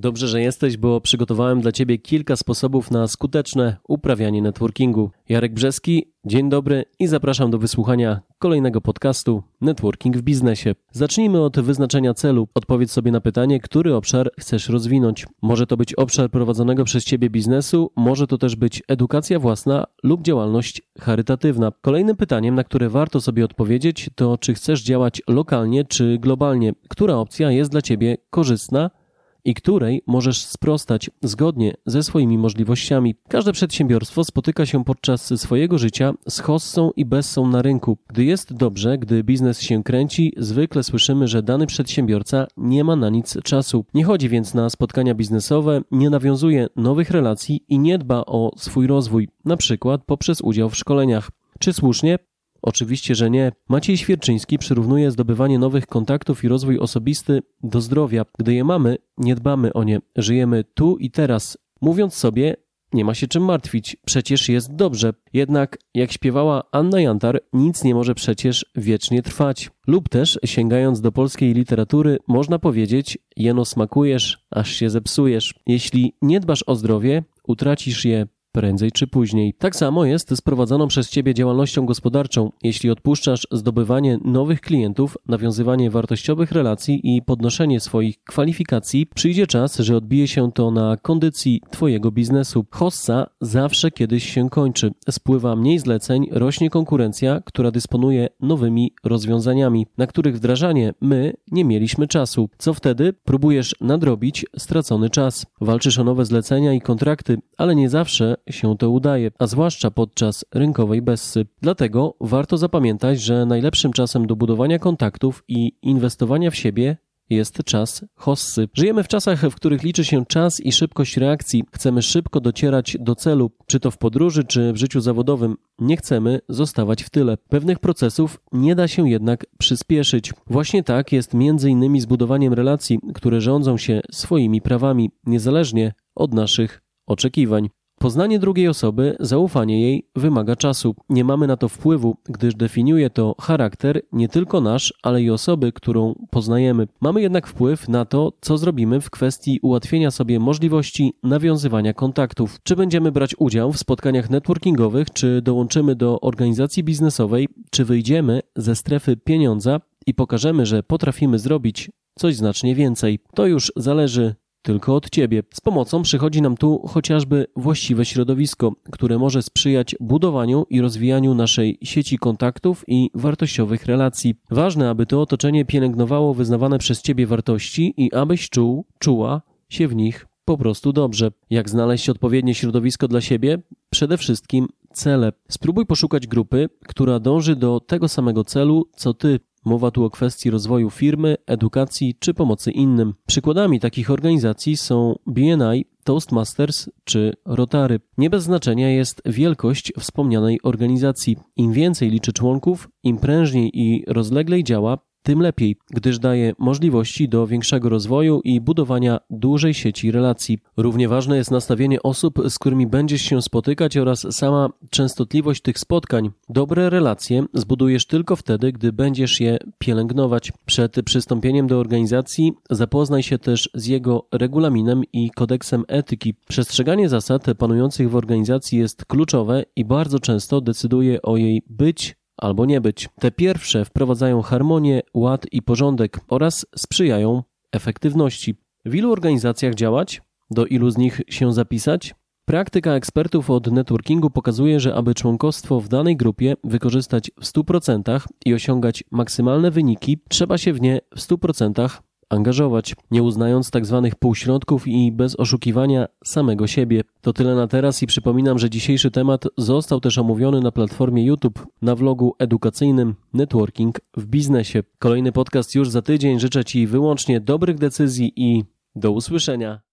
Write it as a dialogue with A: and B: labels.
A: Dobrze, że jesteś, bo przygotowałem dla Ciebie kilka sposobów na skuteczne uprawianie networkingu. Jarek Brzeski, dzień dobry i zapraszam do wysłuchania kolejnego podcastu Networking w biznesie. Zacznijmy od wyznaczenia celu. Odpowiedz sobie na pytanie, który obszar chcesz rozwinąć. Może to być obszar prowadzonego przez Ciebie biznesu, może to też być edukacja własna lub działalność charytatywna. Kolejnym pytaniem, na które warto sobie odpowiedzieć, to czy chcesz działać lokalnie czy globalnie. Która opcja jest dla Ciebie korzystna i której możesz sprostać zgodnie ze swoimi możliwościami. Każde przedsiębiorstwo spotyka się podczas swojego życia z hossą i bessą na rynku. Gdy jest dobrze, gdy biznes się kręci, zwykle słyszymy, że dany przedsiębiorca nie ma na nic czasu. Nie chodzi więc na spotkania biznesowe, nie nawiązuje nowych relacji i nie dba o swój rozwój, na przykład poprzez udział w szkoleniach. Czy słusznie? Oczywiście, że nie. Maciej Świerczyński przyrównuje zdobywanie nowych kontaktów i rozwój osobisty do zdrowia. Gdy je mamy, nie dbamy o nie. Żyjemy tu i teraz, mówiąc sobie, nie ma się czym martwić, przecież jest dobrze. Jednak, jak śpiewała Anna Jantar, nic nie może przecież wiecznie trwać. Lub też, sięgając do polskiej literatury, można powiedzieć, jeno smakujesz, aż się zepsujesz. Jeśli nie dbasz o zdrowie, utracisz je prędzej czy później. Tak samo jest z prowadzoną przez Ciebie działalnością gospodarczą. Jeśli odpuszczasz zdobywanie nowych klientów, nawiązywanie wartościowych relacji i podnoszenie swoich kwalifikacji, przyjdzie czas, że odbije się to na kondycji Twojego biznesu. Hossa zawsze kiedyś się kończy. Spływa mniej zleceń, rośnie konkurencja, która dysponuje nowymi rozwiązaniami, na których wdrażanie my nie mieliśmy czasu. Co wtedy? Próbujesz nadrobić stracony czas. Walczysz o nowe zlecenia i kontrakty, ale nie zawsze się to udaje, a zwłaszcza podczas rynkowej bessy. Dlatego warto zapamiętać, że najlepszym czasem do budowania kontaktów i inwestowania w siebie jest czas hossy. Żyjemy w czasach, w których liczy się czas i szybkość reakcji. Chcemy szybko docierać do celu, czy to w podróży, czy w życiu zawodowym. Nie chcemy zostawać w tyle. Pewnych procesów nie da się jednak przyspieszyć. Właśnie tak jest między innymi z budowaniem relacji, które rządzą się swoimi prawami, niezależnie od naszych oczekiwań. Poznanie drugiej osoby, zaufanie jej wymaga czasu. Nie mamy na to wpływu, gdyż definiuje to charakter nie tylko nasz, ale i osoby, którą poznajemy. Mamy jednak wpływ na to, co zrobimy w kwestii ułatwienia sobie możliwości nawiązywania kontaktów. Czy będziemy brać udział w spotkaniach networkingowych, czy dołączymy do organizacji biznesowej, czy wyjdziemy ze strefy pieniądza i pokażemy, że potrafimy zrobić coś znacznie więcej. To już zależy tylko od Ciebie. Z pomocą przychodzi nam tu chociażby właściwe środowisko, które może sprzyjać budowaniu i rozwijaniu naszej sieci kontaktów i wartościowych relacji. Ważne, aby to otoczenie pielęgnowało wyznawane przez Ciebie wartości i abyś czuła się w nich po prostu dobrze. Jak znaleźć odpowiednie środowisko dla siebie? Przede wszystkim cele. Spróbuj poszukać grupy, która dąży do tego samego celu, co Ty. Mowa tu o kwestii rozwoju firmy, edukacji czy pomocy innym. Przykładami takich organizacji są BNI, Toastmasters czy Rotary. Nie bez znaczenia jest wielkość wspomnianej organizacji. Im więcej liczy członków, im prężniej i rozleglej działa, tym lepiej, gdyż daje możliwości do większego rozwoju i budowania dużej sieci relacji. Równie ważne jest nastawienie osób, z którymi będziesz się spotykać oraz sama częstotliwość tych spotkań. Dobre relacje zbudujesz tylko wtedy, gdy będziesz je pielęgnować. Przed przystąpieniem do organizacji zapoznaj się też z jego regulaminem i kodeksem etyki. Przestrzeganie zasad panujących w organizacji jest kluczowe i bardzo często decyduje o jej być albo nie być. Te pierwsze wprowadzają harmonię, ład i porządek oraz sprzyjają efektywności. W ilu organizacjach działać? Do ilu z nich się zapisać? Praktyka ekspertów od networkingu pokazuje, że aby członkostwo w danej grupie wykorzystać w 100% i osiągać maksymalne wyniki, trzeba się w nie w 100% angażować, nie uznając tzw. półśrodków i bez oszukiwania samego siebie. To tyle na teraz i przypominam, że dzisiejszy temat został też omówiony na platformie YouTube na vlogu edukacyjnym Networking w biznesie. Kolejny podcast już za tydzień. Życzę Ci wyłącznie dobrych decyzji i do usłyszenia.